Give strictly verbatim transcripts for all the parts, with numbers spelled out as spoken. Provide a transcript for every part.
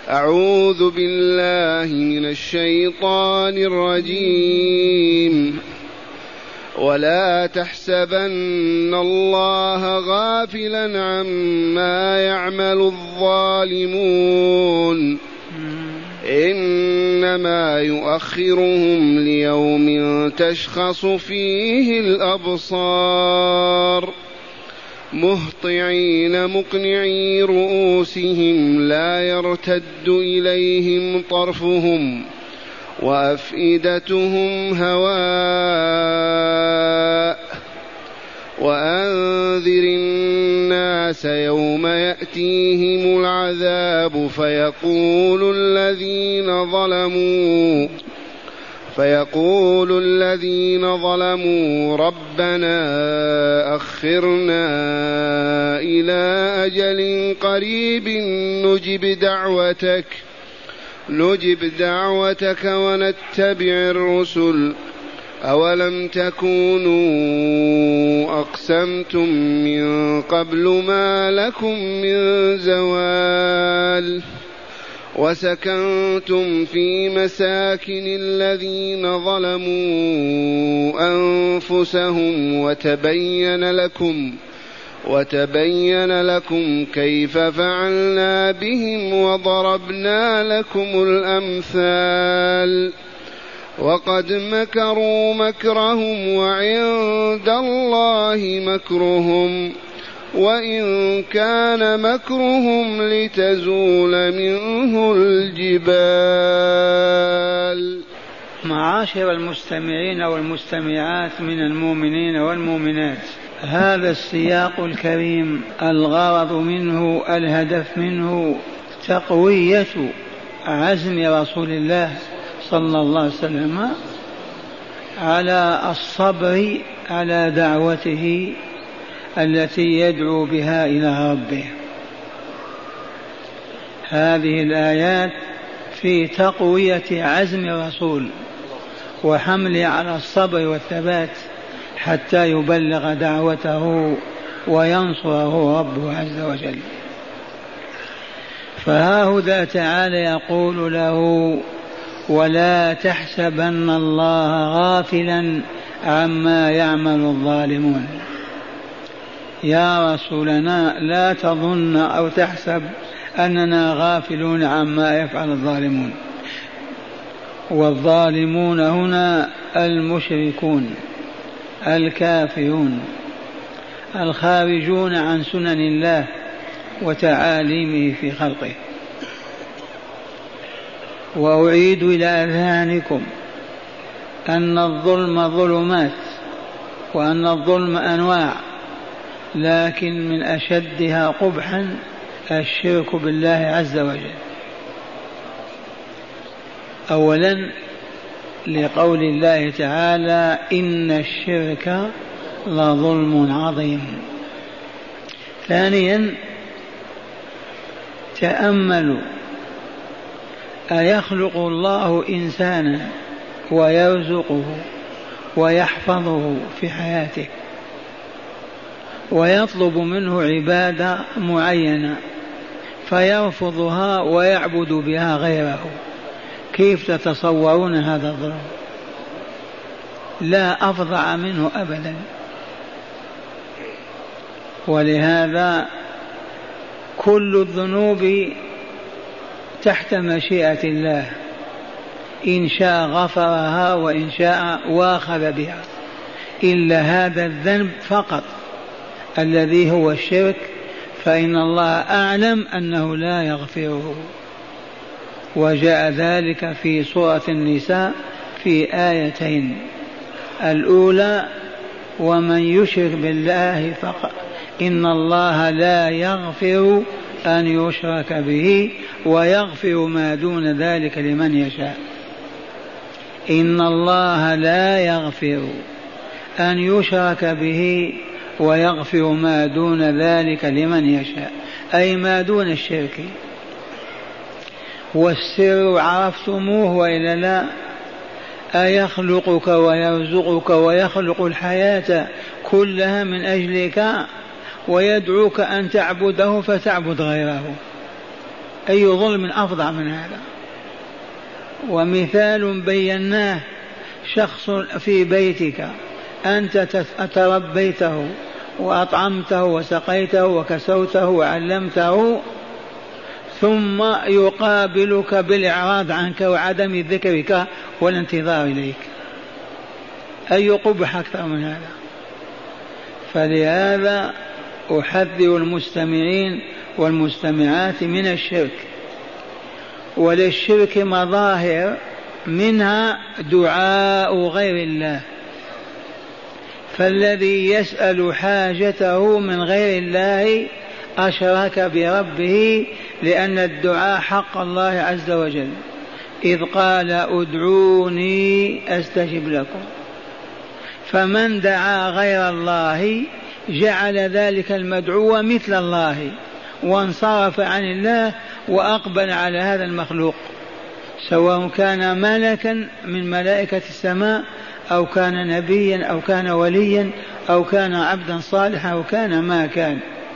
أعوذ بالله من الشيطان الرجيم. ولا تحسبن الله غافلا عما يعمل الظالمون إنما يؤخرهم ليوم تشخص فيه الأبصار مهطعين مقنعي رؤوسهم لا يرتد إليهم طرفهم وأفئدتهم هواء وأنذر الناس يوم يأتيهم العذاب فيقول الذين ظلموا فيقول الذين ظلموا ربنا أخرنا إلى أجل قريب نجب دعوتك نجب دعوتك ونتبع الرسل أولم تكونوا أقسمتم من قبل ما لكم من زوال وسكنتم في مساكن الذين ظلموا أنفسهم وتبين لكم وتبين لكم كيف فعلنا بهم وضربنا لكم الأمثال وقد مكروا مكرهم وعند الله مكرهم وإن كان مكرهم لتزول منه الجبال. معاشر المستمعين والمستمعات من المؤمنين والمؤمنات، هذا السياق الكريم الغرض منه الهدف منه تقوية عزم رسول الله صلى الله عليه وسلم على الصبر على دعوته التي يدعو بها إلى ربه. هذه الآيات في تقوية عزم الرسول وحمله على الصبر والثبات حتى يبلغ دعوته وينصره ربه عز وجل. فهاهذا تعالى يقول له ولا تحسبن الله غافلا عما يعمل الظالمون. يا رسولنا لا تظن أو تحسب أننا غافلون عما يفعل الظالمون، والظالمون هنا المشركون الكافرون الخارجون عن سنن الله وتعاليمه في خلقه. وأعيد إلى أذهانكم أن الظلم ظلمات وأن الظلم أنواع، لكن من أشدها قبحا الشرك بالله عز وجل. أولا لقول الله تعالى إن الشرك لظلم عظيم. ثانيا تأملوا أيخلق الله إنسانا ويرزقه ويحفظه في حياته ويطلب منه عبادة معينة فيرفضها ويعبد بها غيره؟ كيف تتصورون هذا الظلم؟ لا أفظع منه أبدا. ولهذا كل الذنوب تحت مشيئة الله، إن شاء غفرها وإن شاء واخذ بها، إلا هذا الذنب فقط الذي هو الشرك، فإن الله أعلم أنه لا يغفره. وجاء ذلك في سورة النساء في آيتين، الأولى ومن يشرك بالله فقط إن الله لا يغفر أن يشرك به ويغفر ما دون ذلك لمن يشاء. إن الله لا يغفر أن يشرك به ويغفر ما دون ذلك لمن يشاء، أي ما دون الشرك. والسر عرفتموه وإلا لا؟ أيخلقك ويرزقك ويخلق الحياة كلها من أجلك ويدعوك أن تعبده فتعبد غيره. أي ظلم أفظع من هذا؟ ومثال بيناه، شخص في بيتك أنت تربيته وأطعمته وسقيته وكسوته وعلمته، ثم يقابلك بالإعراض عنك وعدم ذكرك والانتظار إليك، أي قبح أكثر من هذا؟ فلهذا أحذر المستمعين والمستمعات من الشرك. وللشرك مظاهر، منها دعاء غير الله، فالذي يسأل حاجته من غير الله أشرك بربه، لأن الدعاء حق الله عز وجل، إذ قال ادعوني أستجب لكم. فمن دعا غير الله جعل ذلك المدعو مثل الله، وانصرف عن الله وأقبل على هذا المخلوق، سواء كان ملكا من ملائكة السماء أو كان نبيا أو كان وليا أو كان عبدا صالحا أو كان ما كان.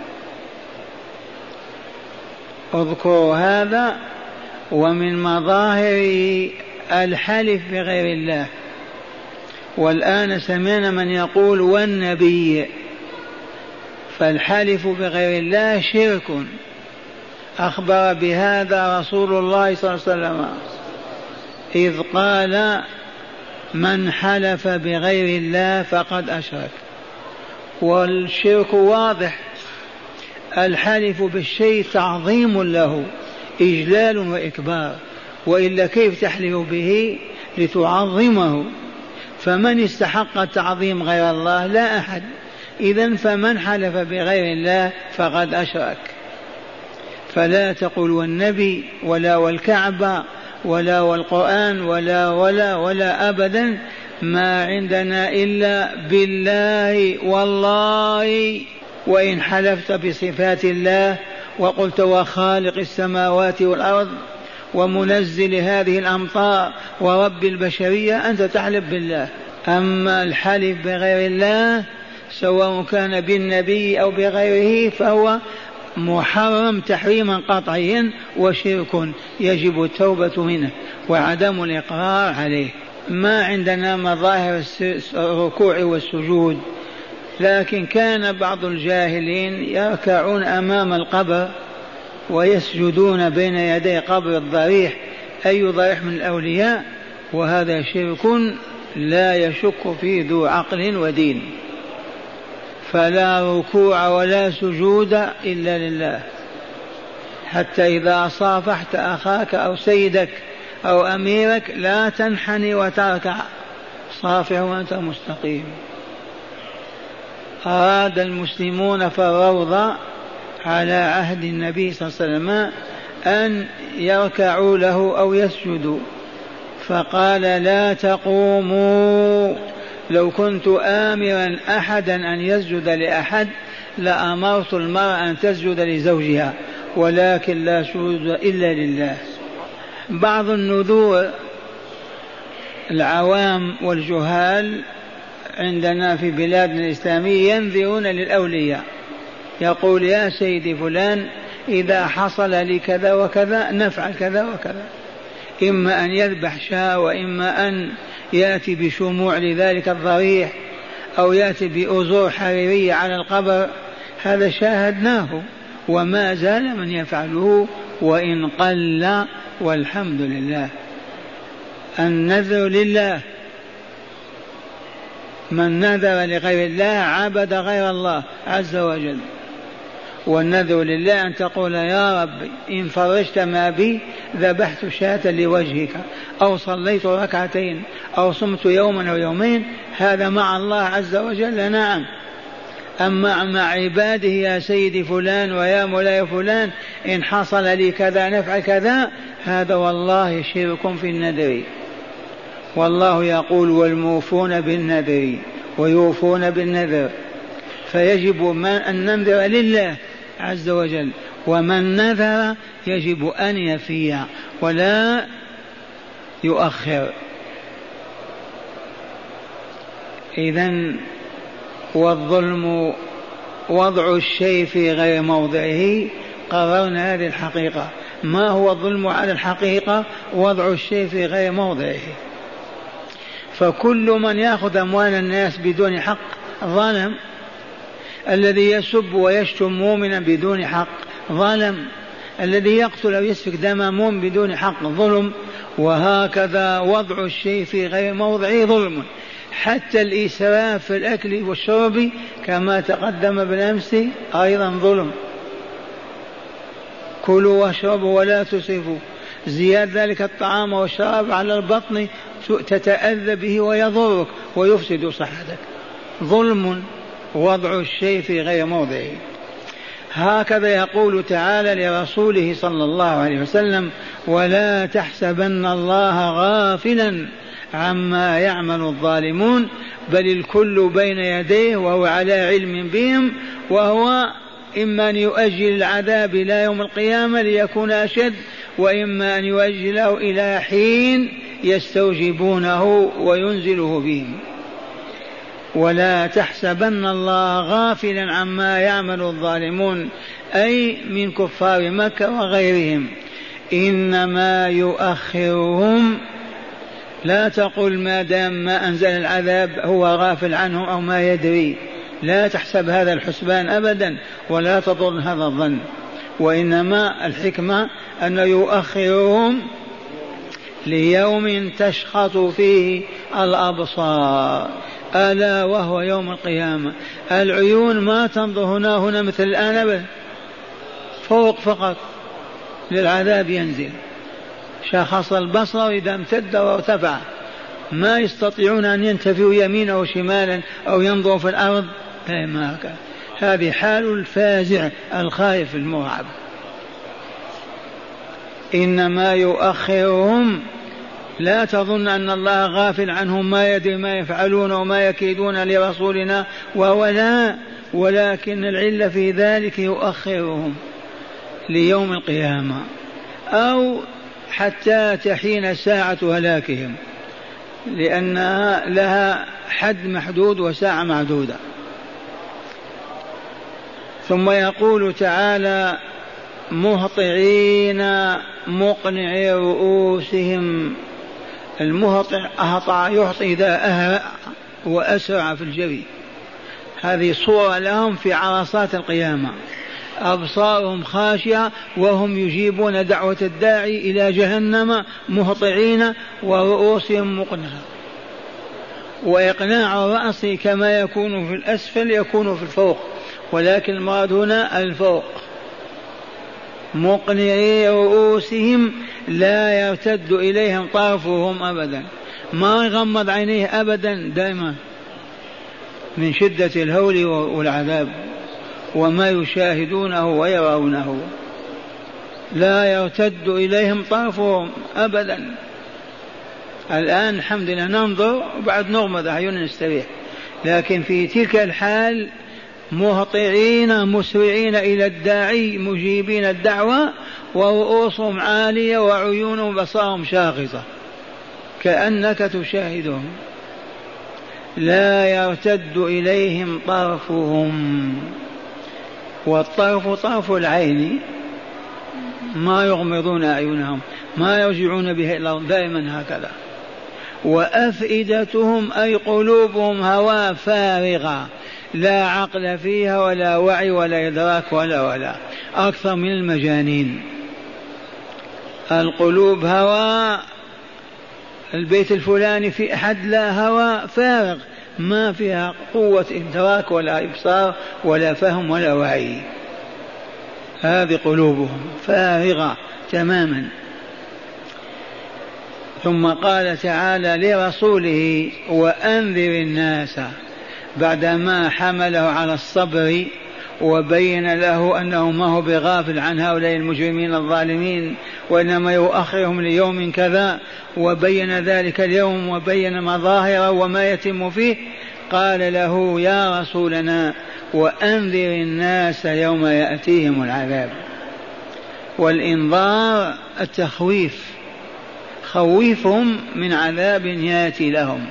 اذكروا هذا. ومن مظاهر الحلف بغير الله، والآن سمعنا من يقول والنبي، فالحلف بغير الله شرك، أخبر بهذا رسول الله صلى الله عليه وسلم إذ قال من حلف بغير الله فقد أشرك. والشرك واضح، الحلف بالشيء تعظيم له، إجلال وإكبار، وإلا كيف تحلف به لتعظمه؟ فمن استحق التعظيم غير الله؟ لا أحد. إذن فمن حلف بغير الله فقد أشرك. فلا تقل والنبي ولا والكعبة ولا والقرآن ولا ولا ولا أبدا، ما عندنا إلا بالله والله. وإن حلفت بصفات الله وقلت وخالق السماوات والأرض ومنزل هذه الأمطار ورب البشرية، أنت تحلف بالله. أما الحلف بغير الله سواء كان بالنبي أو بغيره فهو محرم تحريما قطعيا وشرك يجب التوبة منه وعدم الإقرار عليه. ما عندنا مظاهر الركوع والسجود، لكن كان بعض الجاهلين يركعون أمام القبر ويسجدون بين يدي قبر الضريح، أي ضريح من الأولياء، وهذا شرك لا يشك فيه ذو عقل ودين. فلا ركوع ولا سجود إلا لله، حتى إذا صافحت أخاك أو سيدك أو أميرك لا تنحني وتركع، صافح وأنت مستقيم. أراد المسلمون في الروضة على عهد النبي صلى الله عليه وسلم أن يركعوا له أو يسجدوا، فقال لا تقوموا، لو كنت آمرا أحدا أن يسجد لأحد لأمرت المرأة أن تسجد لزوجها، ولكن لا سجود إلا لله. بعض النذور العوام والجهال عندنا في بلادنا الإسلامية ينذرون للأولياء، يقول يا سيدي فلان إذا حصل لي كذا وكذا نفعل كذا وكذا، إما أن يذبح شاة وإما أن يأتي بشموع لذلك الضريح أو يأتي بأزور حريرية على القبر. هذا شاهدناه وما زال من يفعله وإن قل، والحمد لله. النذر لله، من نذر لغير الله عبد غير الله عز وجل. والنذر لله أن تقول يا رب إن فرجت ما بي ذبحت شاة لوجهك، أو صليت ركعتين، أو صمت يوما أو يومين، هذا مع الله عز وجل نعم. أما مع عباده يا سيدي فلان ويا مولاي فلان إن حصل لي كذا نفعل كذا، هذا والله شرك في النذر. والله يقول والموفون بالنذر ويوفون بالنذر، فيجب أن ننذر لله عز وجل، ومن نذر يجب أن يفي ولا يؤخر. إذن والظلم وضع الشيء في غير موضعه، قررنا هذه الحقيقة. ما هو الظلم على الحقيقة؟ وضع الشيء في غير موضعه. فكل من يأخذ أموال الناس بدون حق ظلم، الذي يسب ويشتم مؤمنا بدون حق ظلم، الذي يقتل أو يسفك دم مؤمن بدون حق ظلم. وهكذا وضع الشيء في غير موضعه ظلم. حتى الإسراف في الأكل والشرب كما تقدم بالأمس أيضا ظلم. كلوا واشربوا ولا تسرفوا. زياد ذلك الطعام والشراب على البطن تتأذى به ويضرك ويفسد صحتك. ظلم وضع الشيء في غير موضعه. هكذا يقول تعالى لرسوله صلى الله عليه وسلم: ولا تحسبن الله غافلا عما يعمل الظالمون بل الكل بين يديه وهو على علم بهم، وهو إما أن يؤجل العذاب إلى يوم القيامة ليكون أشد، وإما أن يؤجله إلى حين يستوجبونه وينزله بهم. ولا تحسبن الله غافلا عما يعمل الظالمون أي من كفار مكة وغيرهم، إنما يؤخرهم. لا تقل ما دام ما أنزل العذاب هو غافل عنهم أو ما يدري، لا تحسب هذا الحسبان أبدا ولا تظن هذا الظن، وإنما الحكمة أن يؤخرهم ليوم تشخص فيه الأبصار، ألا وهو يوم القيامة. العيون ما تنظر هنا هنا مثل الآن أبدا، فوق فقط للعذاب ينزل. شخص البصر إذا امتد وارتفع، ما يستطيعون أن ينتفعوا يمينا وشمالا أو ينظروا في الأرض. ما هكذا. هذه حال الفازع الخائف المرعب. إنما يؤخرهم. لا تظن أن الله غافل عنهم، ما يدري ما يفعلون وما يكيدون لرسولنا، وهو لا، ولكن العلة في ذلك يؤخرهم ليوم القيامة أو حتى تحين ساعة هلاكهم، لأنها لها حد محدود وساعة معدودة. ثم يقول تعالى: مهطعين مقنعي رؤوسهم. المهطع أهطع يعطي إذا أهرأ وأسرع في الجري. هذه صورة لهم في عرصات القيامة، أبصارهم خاشعة وهم يجيبون دعوة الداعي إلى جهنم مهطعين ورؤوسهم مقنعة. وإقناع الرأس كما يكون في الأسفل يكون في الفوق، ولكن المراد هنا الفوق. مقنعي رؤوسهم لا يرتد إليهم طرفهم أبدا، ما يغمض عينيه أبدا، دائما من شدة الهول والعذاب وما يشاهدونه ويرونه. لا يرتد إليهم طرفهم أبدا. الآن الحمد لله ننظر وبعد نغمض أعيننا نستريح، لكن في تلك الحال مهطعين مسرعين إلى الداعي مجيبين الدعوة ورؤوسهم عالية وعيونهم بصارهم شاخصة كأنك تشاهدهم. لا يرتد إليهم طرفهم، والطرف طرف العين، ما يغمضون أعينهم، ما يرجعون به إلى دائما هكذا. وأفئدتهم أي قلوبهم هواء فارغة، لا عقل فيها ولا وعي ولا إدراك ولا ولا أكثر من المجانين. القلوب هواء، البيت الفلاني في أحد لا هواء فارغ، ما فيها قوة إدراك ولا إبصار ولا فهم ولا وعي. هذه قلوبهم فارغة تماما. ثم قال تعالى لرسوله: وأنذر الناس، بعدما حمله على الصبر وبين له أنه ما هو بغافل عن هؤلاء المجرمين الظالمين، وإنما يؤخرهم ليوم كذا، وبين ذلك اليوم وبين مظاهره وما يتم فيه. قال له: يا رسولنا وأنذر الناس يوم يأتيهم العذاب. والإنذار التخويف، خوفهم من عذاب يأتي لهم،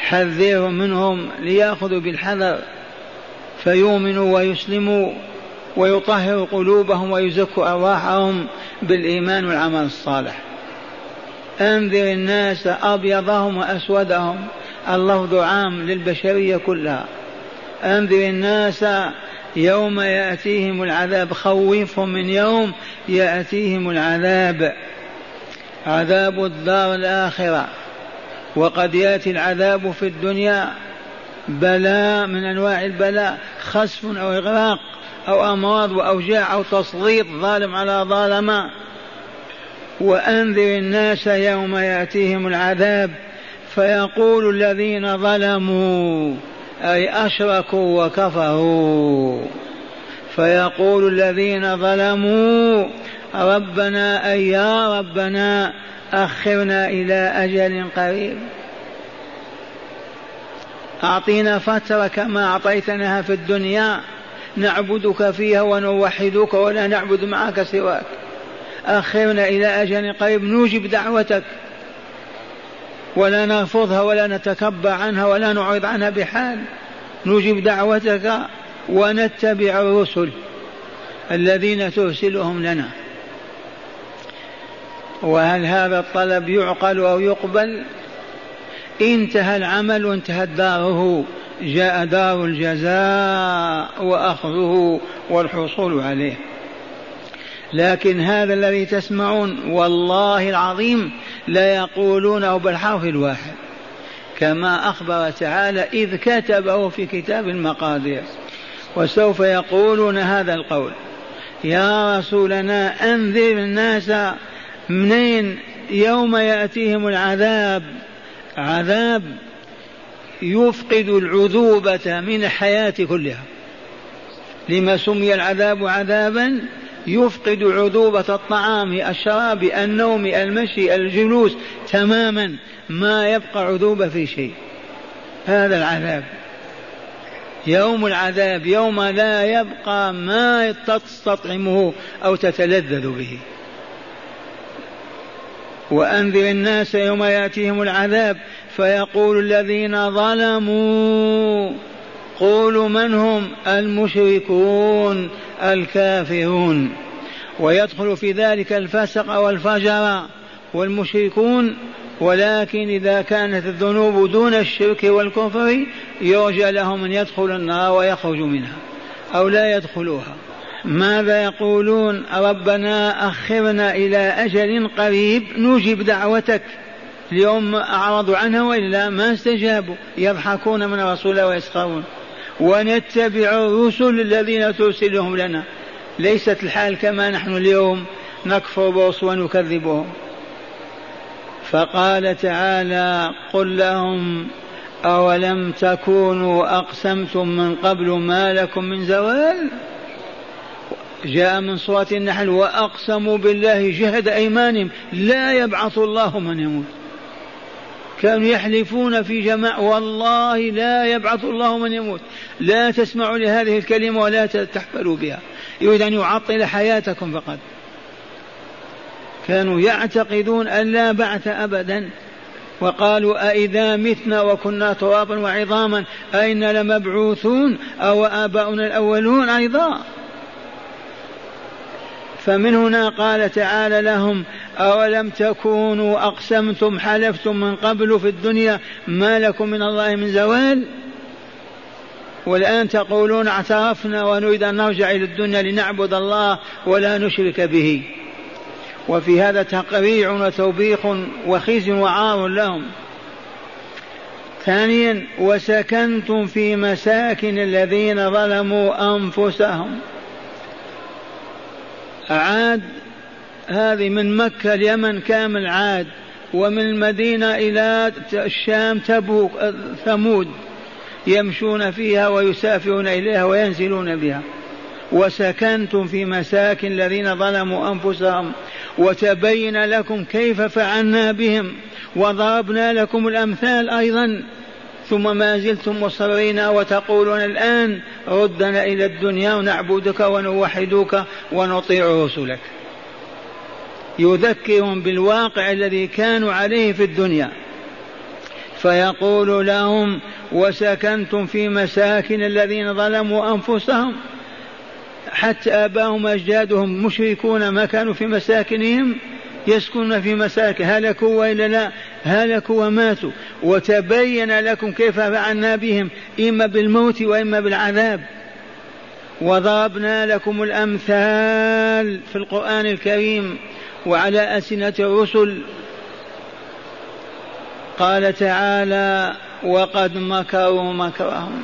حذرهم منهم ليأخذوا بالحذر فيؤمنوا ويسلموا ويطهر قلوبهم ويزكي أرواحهم بالإيمان والعمل الصالح. أنذر الناس أبيضهم وأسودهم، اللفظ عام للبشرية كلها. أنذر الناس يوم يأتيهم العذاب، خوفهم من يوم يأتيهم العذاب، عذاب الدار الآخرة. وقد يأتي العذاب في الدنيا بلاء من أنواع البلاء، خسف أو إغراق أو أمراض وأوجاع أو تسليط ظالم على ظالم. وأنذر الناس يوم يأتيهم العذاب فيقول الذين ظلموا أي أشركوا وكفروا، فيقول الذين ظلموا ربنا أي يا ربنا أخرنا إلى أجل قريب، أعطينا فترة كما أعطيتناها في الدنيا نعبدك فيها ونوحدك ولا نعبد معك سواك، أخرنا إلى أجل قريب نجب دعوتك ولا نرفضها ولا نتكبر عنها ولا نعرض عنها بحال، نجب دعوتك ونتبع الرسل الذين ترسلهم لنا. وهل هذا الطلب يعقل أو يقبل؟ انتهى العمل وانتهت داره، جاء دار الجزاء وأخذه والحصول عليه. لكن هذا الذي تسمعون والله العظيم لا يقولونه بالحرف الواحد، كما أخبر تعالى إذ كتبه في كتاب المقادير. وسوف يقولون هذا القول: يا رسولنا أنذر الناس منين؟ يوم يأتيهم العذاب، عذاب يفقد العذوبة من الحياة كلها. لما سمي العذاب عذابا؟ يفقد عذوبة الطعام، الشراب، النوم، المشي، الجلوس تماما، ما يبقى عذوبة في شيء. هذا العذاب، يوم العذاب، يوم لا يبقى ما تستطعمه أو تتلذذ به. وأنذر الناس يوم يأتيهم العذاب فيقول الذين ظلموا، قولوا من هم؟ المشركون الكافرون. ويدخل في ذلك الفسق والفجر والمشركون، ولكن إذا كانت الذنوب دون الشرك والكفر يرجى لهم أن يدخلوا النار ويخرجوا منها أو لا يدخلوها. ماذا يقولون؟ ربنا أخرنا إلى أجل قريب نجب دعوتك. اليوم أعرضوا عنها وإلا ما استجابوا، يضحكون من رسول الله ويسخرون. ونتبع الرسل الذين ترسلهم لنا. ليست الحال كما نحن اليوم نكفر برسل ونكذبهم. فقال تعالى: قل لهم أولم تكونوا أقسمتم من قبل ما لكم من زوال. جاء من سورة النحل: وأقسموا بالله جهد أيمانهم لا يبعث الله من يموت. كانوا يحلفون في جماعة والله لا يبعث الله من يموت. لا تسمعوا لهذه الكلمة ولا تحفلوا بها، يريد أن يعطل حياتكم فقط. كانوا يعتقدون أن لا بعث أبدا، وقالوا أئذا متنا وكنا ترابا وعظاما أئنا لمبعوثون أو آباؤنا الأولون أيضا. فمن هنا قال تعالى لهم: أولم تكونوا أقسمتم حلفتم من قبل في الدنيا ما لكم من الله من زوال، والآن تقولون اعترفنا ونريد أن نرجع إلى الدنيا لنعبد الله ولا نشرك به. وفي هذا تقريع وتوبيخ وخزي وعار لهم. ثانيا: وسكنتم في مساكن الذين ظلموا أنفسهم. عاد هذه من مكة اليمن كامل عاد، ومن المدينة إلى الشام تبوك ثمود، يمشون فيها ويسافرون إليها وينزلون بها. وسكنتم في مساكن الذين ظلموا أنفسهم وتبين لكم كيف فعلنا بهم وضربنا لكم الأمثال أيضا، ثم ما زلتم مصرين وتقولون الآن ردنا إلى الدنيا ونعبدك ونوحدك ونطيع رسلك. يذكرهم بالواقع الذي كانوا عليه في الدنيا. فيقول لهم: وسكنتم في مساكن الذين ظلموا أنفسهم، حتى آباهم أجدادهم مشركون ما كانوا في مساكنهم يسكنون في مساكن، هلكوا وإلا لا؟ هلكوا وماتوا، وتبين لكم كيف فعلنا بهم إما بالموت وإما بالعذاب. وضربنا لكم الأمثال في القرآن الكريم وعلى ألسنة الرسل. قال تعالى: وقد مكروا مكرهم،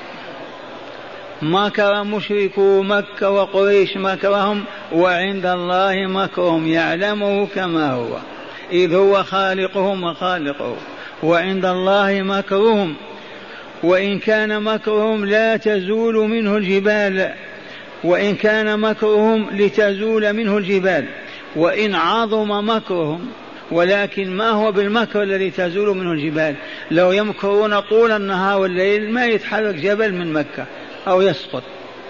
مكر مشركو مكة وقريش مكرهم، وعند الله مكرهم يعلمه كما هو، إذ هو خالقهم وخالقه، وعند الله مكرهم. وإن كان مكرهم لا تزول منه الجبال، وإن كان مكرهم لتزول منه الجبال، وإن عظم مكرهم، ولكن ما هو بالمكر الذي تزول منه الجبال؟ لو يمكرون طول النهار والليل ما يتحرك جبل من مكة أو يسقط.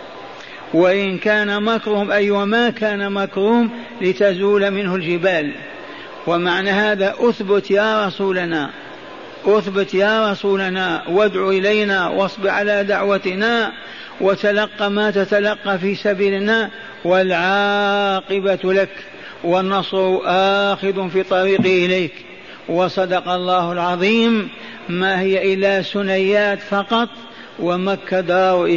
وإن كان مكرهم أي وما كان مكرهم لتزول منه الجبال. ومعنى هذا أثبت يا رسولنا، أثبت يا رسولنا، وادع إلينا واصبر على دعوتنا وتلقى ما تتلقى في سبيلنا، والعاقبة لك والنصر آخذ في طريق إليك. وصدق الله العظيم. ما هي إلا ثنيات فقط، ومكة دار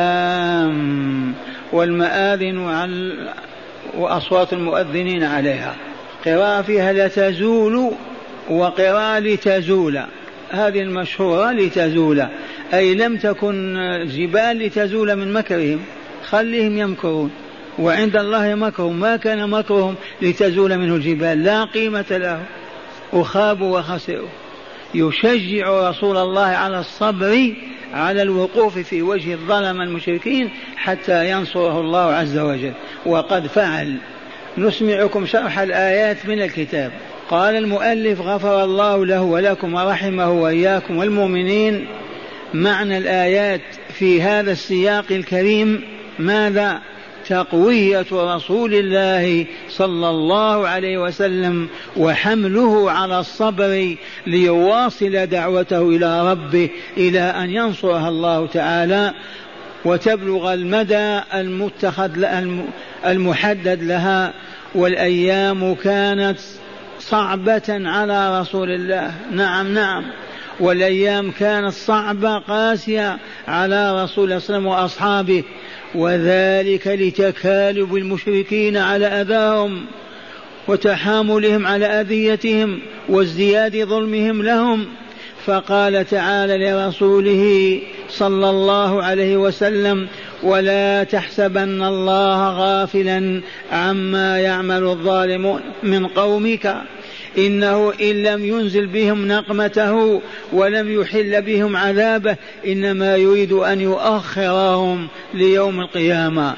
إسلام، والمآذن وأصوات المؤذنين عليها. قراءة فيها لتزول، وقراءة لتزول، هذه المشهورة لتزول، أي لم تكن الجبال لتزول من مكرهم، خليهم يمكرون، وعند الله مكرهم، ما كان مكرهم لتزول منه الجبال، لا قيمة له، وخابوا وخسروا. يشجع رسول الله على الصبر على الوقوف في وجه الظلم المشركين حتى ينصره الله عز وجل، وقد فعل. نسمعكم شرح الآيات من الكتاب. قال المؤلف: غفر الله له ولكم ورحمه وإياكم والمؤمنين. معنى الآيات في هذا السياق الكريم ماذا؟ تقوية رسول الله صلى الله عليه وسلم وحمله على الصبر ليواصل دعوته إلى ربه إلى أن ينصرها الله تعالى وتبلغ المدى المتخذ المحدد لها. والأيام كانت صعبة على رسول الله، نعم نعم، والأيام كانت صعبة قاسية على رسول الله صلى الله عليه وسلم وأصحابه، وذلك لتكالب المشركين على أذاهم وتحاملهم على أذيتهم وازدياد ظلمهم لهم. فقال تعالى لرسوله صلى الله عليه وسلم: ولا تحسبن الله غافلا عما يعمل الظالمون من قومك إنه إن لم ينزل بهم نقمته ولم يحل بهم عذابه إنما يريد أن يؤخرهم ليوم القيامة،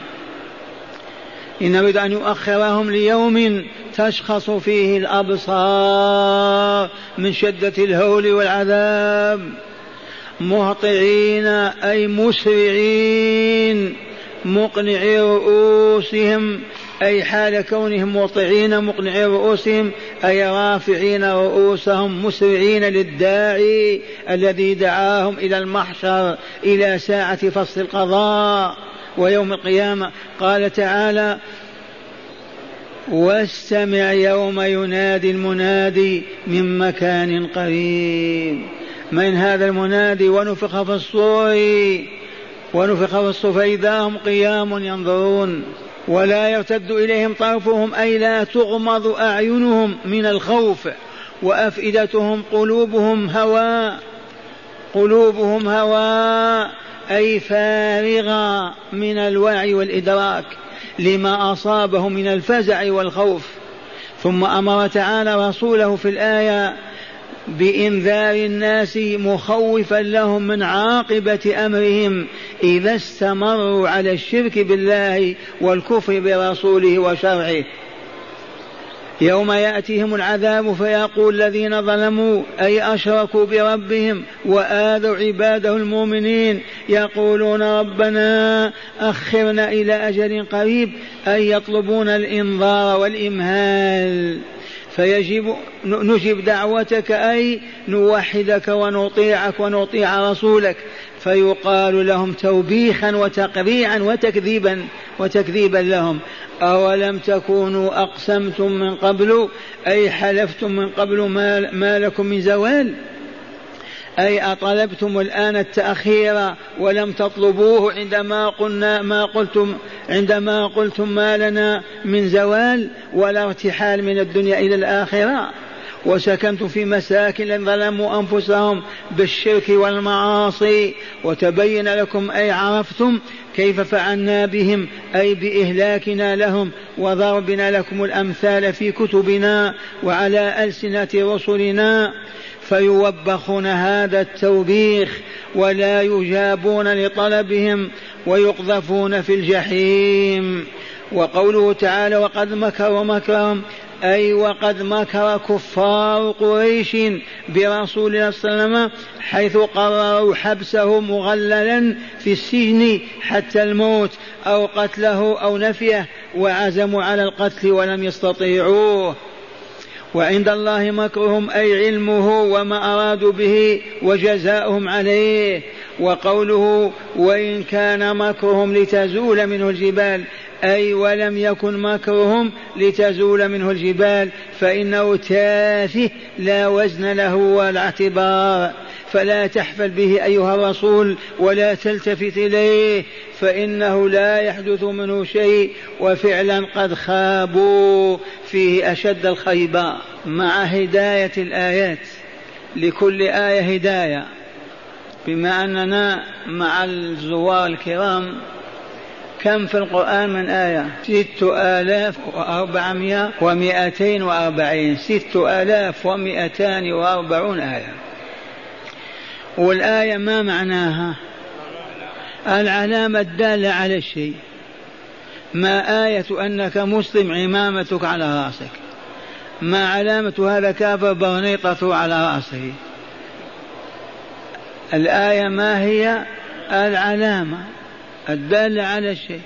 إنما يريد أن يؤخرهم ليوم تشخص فيه الأبصار من شدة الهول والعذاب، مهطعين أي مسرعين، مقنعي رؤوسهم أي حال كونهم مطيعين مقنعي رؤوسهم أي رافعين رؤوسهم مسرعين للداعي الذي دعاهم إلى المحشر إلى ساعة فصل القضاء ويوم القيامة. قال تعالى: واستمع يوم ينادي المنادي من مكان قريب. من هذا المنادي؟ ونفخ في الصور ونفخ في الصور فإذا هم قيام ينظرون ولا يرتد إليهم طرفهم أي لا تغمض أعينهم من الخوف، وأفئدتهم قلوبهم هواء، قلوبهم هواء أي فارغة من الوعي والإدراك لما أصابهم من الفزع والخوف. ثم أمر تعالى رسوله في الآية بإنذار الناس مخوفا لهم من عاقبة أمرهم إذا استمروا على الشرك بالله والكفر برسوله وشرعه. يوم يأتيهم العذاب فيقول الذين ظلموا أي أشركوا بربهم وآذوا عباده المؤمنين يقولون ربنا أخرنا إلى أجل قريب أي يطلبون الإنذار والإمهال، فيجب نجب دعوتك أي نوحدك ونطيعك ونطيع رسولك، فيقال لهم توبيخا وتقريعا وتكذيبا وتكذيبا لهم: أولم تكونوا أقسمتم من قبل، أي حلفتم من قبل ما, ما لكم من زوال، أي أطلبتم الآن التأخير ولم تطلبوه عندما قلنا ما قلتم عندما قلتم ما لنا من زوال ولا ارتحال من الدنيا إلى الآخرة، وسكنتم في مساكن ظلموا أنفسهم بالشرك والمعاصي، وتبين لكم أي عرفتم كيف فعلنا بهم، أي بإهلاكنا لهم وضربنا لكم الأمثال في كتبنا وعلى ألسنة رسلنا، فيوبخون هذا التوبيخ ولا يجابون لطلبهم ويقذفون في الجحيم. وقوله تعالى: وقد مكروا مكرهم، أي وقد مكر كفار قريش برسول الله صلى الله عليه وسلم، حيث قرروا حبسه مغللا في السجن حتى الموت أو قتله أو نفيه، وعزموا على القتل ولم يستطيعوه. وعند الله مكرهم أي علمه وما أرادوا به وجزاؤهم عليه. وقوله: وإن كان مكرهم لتزول منه الجبال، أي ولم يكن مكرهم لتزول منه الجبال، فإنه تافه لا وزن له ولا اعتبار، فلا تحفل به أيها الرسول ولا تلتفت إليه، فإنه لا يحدث منه شيء، وفعلا قد خابوا فيه أشد الخيبة. مع هداية الآيات، لكل آية هداية، بما أننا مع الزوار الكرام كم في القرآن من آية؟ ست آلاف وأربعمائة ومائتين وأربعين ست آلاف ومائتان وأربعون آية. والآية ما معناها؟ العلامة الدالة على الشيء. ما آية أنك مسلم عمامتك على رأسك؟ ما علامة هذا كافر برنيطته على رأسه؟ الآية ما هي؟ العلامة الدالة على الشيء.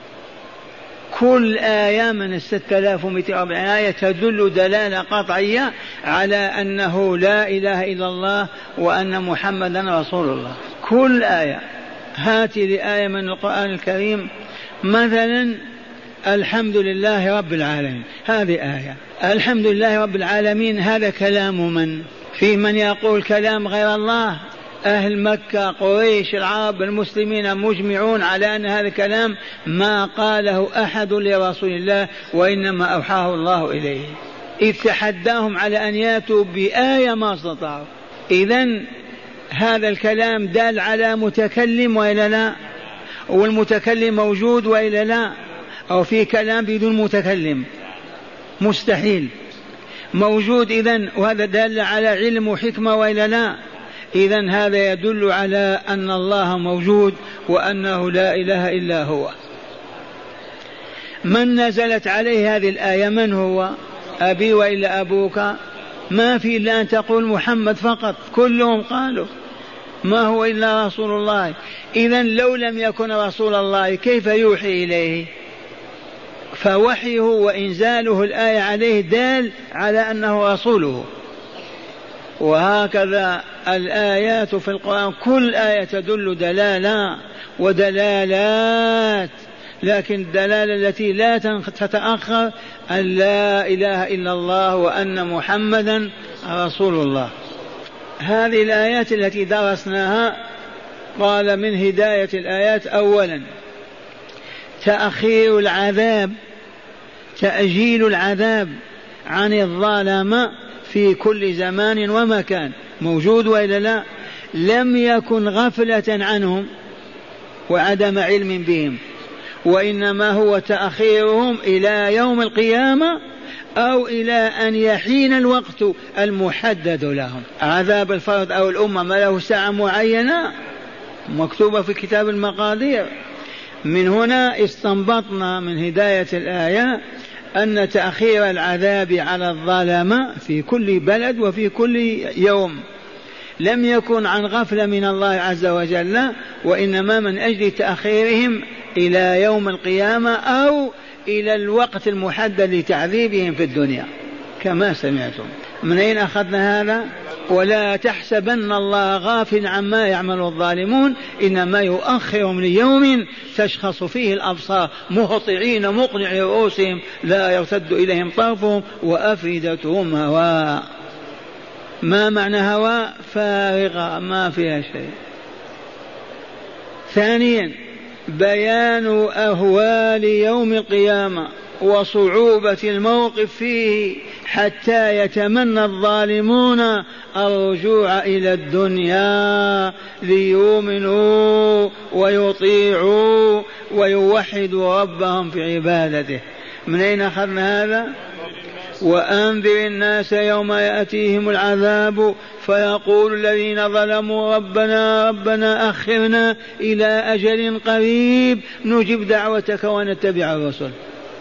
كل آية من الستة آلاف ومئتين وأربعين آية تدل دلالة قطعية على أنه لا إله إلا الله وأن محمدا رسول الله. كل آية. هاتي لآية من القرآن الكريم مثلا: الحمد لله رب العالمين، هذه آية. الحمد لله رب العالمين هذا كلام من؟ في من يقول كلام غير الله؟ أهل مكة قريش العرب المسلمين مجمعون على أن هذا الكلام ما قاله أحد لرسول الله، وإنما أوحاه الله إليه، إذ تحداهم على أن يأتوا بآية ما استطاعوا. إذن هذا الكلام دال على متكلم وإلا لا؟ والمتكلم موجود وإلا لا؟ أو في كلام بدون متكلم؟ مستحيل. موجود إذن، وهذا دال على علم وحكمة وإلا لا؟ إذن هذا يدل على أن الله موجود وأنه لا إله إلا هو. من نزلت عليه هذه الآية؟ من هو؟ أبي وإلا أبوك؟ ما في إلا أن تقول محمد فقط، كلهم قالوا ما هو إلا رسول الله. إذن لو لم يكن رسول الله كيف يوحي إليه؟ فوحيه وإنزاله الآية عليه دال على أنه رسوله. وهكذا الآيات في القرآن كل آية تدل دلالة ودلالات، لكن الدلالة التي لا تتأخر أن لا إله إلا الله وأن محمدا رسول الله. هذه الآيات التي درسناها قال من هداية الآيات: أولا تأخير العذاب، تأجيل العذاب عن الظالم في كل زمان ومكان، موجود وإلا لا؟ لم يكن غفلة عنهم وعدم علم بهم، وإنما هو تأخيرهم إلى يوم القيامة أو إلى أن يحين الوقت المحدد لهم. عذاب الفرد أو الأمة ما له ساعة معينة مكتوبة في كتاب المقادير. من هنا استنبطنا من هداية الآية أن تأخير العذاب على الظالم في كل بلد وفي كل يوم لم يكن عن غفلة من الله عز وجل، وإنما من أجل تأخيرهم إلى يوم القيامة أو إلى الوقت المحدد لتعذيبهم في الدنيا. كما سمعتم. من أين أخذنا هذا؟ ولا تحسبن الله غافل عما يعمل الظالمون إنما يؤخرهم ليوم تشخص فيه الأبصار مهطعين مقنعي رؤوسهم لا يرتد إليهم طرفهم وأفئدتهم هواء. ما معنى هواء؟ فارغة ما فيها شيء. ثانيا بيان أهوال يوم القيامة وصعوبة الموقف فيه حتى يتمنى الظالمون الرجوع إلى الدنيا ليؤمنوا ويطيعوا ويوحدوا ربهم في عبادته. من أين أخذنا هذا؟ وأنذر الناس يوم يأتيهم العذاب فيقول الذين ظلموا ربنا ربنا أخرنا إلى أجل قريب نجب دعوتك ونتبع الرسل.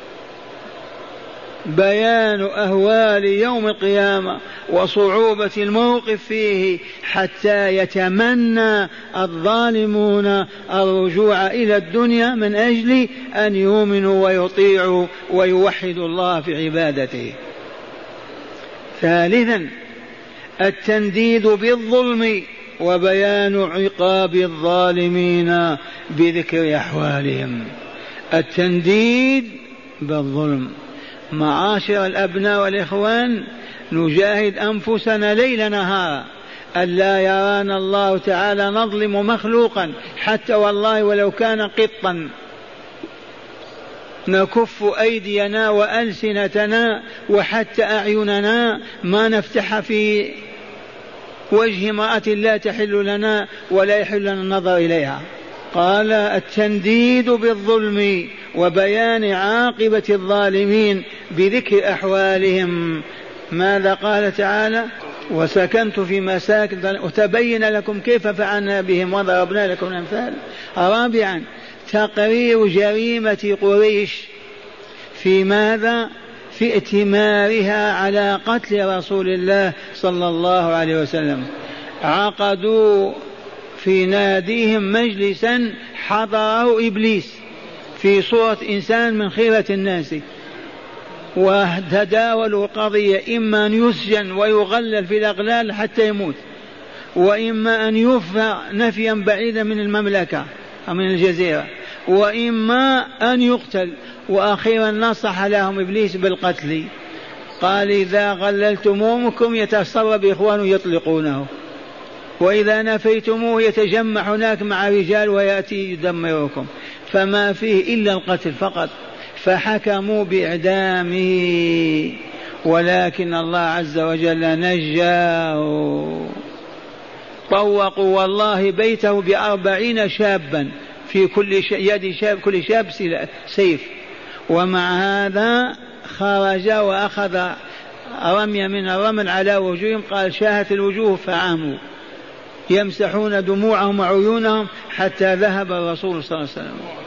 بيان أهوال يوم القيامة وصعوبة الموقف فيه حتى يتمنى الظالمون الرجوع إلى الدنيا من أجل أن يؤمنوا ويطيعوا ويوحدوا الله في عبادته. ثالثا التنديد بالظلم وبيان عقاب الظالمين بذكر أحوالهم. التنديد بالظلم. معاشر الأبناء والإخوان نجاهد أنفسنا ليل نهار ألا يرانا الله تعالى نظلم مخلوقا حتى والله ولو كان قطا. نكف أيدينا وألسنتنا وحتى أعيننا ما نفتح في وجه امرأة لا تحل لنا ولا يحل لنا النظر إليها. قال التنديد بالظلم وبيان عاقبة الظالمين بذكر أحوالهم. ماذا قال تعالى؟ وسكنت في مساكن وتبين لكم كيف فعلنا بهم وضربنا لكم الأمثال. رابعا تقرير جريمة قريش في ماذا؟ في ائتمارها على قتل رسول الله صلى الله عليه وسلم. عقدوا في ناديهم مجلسا حضره إبليس في صورة إنسان من خيرة الناس وتداولوا القضية إما أن يسجن ويغلل في الأغلال حتى يموت وإما أن يفى نفيا بعيدا من المملكة أو من الجزيرة وإما أن يقتل. وأخيرا نصح لهم إبليس بالقتل. قال إذا غللتمومكم يتصرف إخوانه يطلقونه وإذا نفيتموه يتجمع هناك مع رجال ويأتي يدمركم فما فيه إلا القتل فقط. فحكموا بإعدامه ولكن الله عز وجل نجاه. طوقوا والله بيته بأربعين شابا في كل يد شاب كل شاب سيف ومع هذا خرج وأخذ رمي من الرمل على وجوههم. قال شاهت الوجوه فعاموا يمسحون دموعهم وعيونهم حتى ذهب الرسول صلى الله عليه وسلم.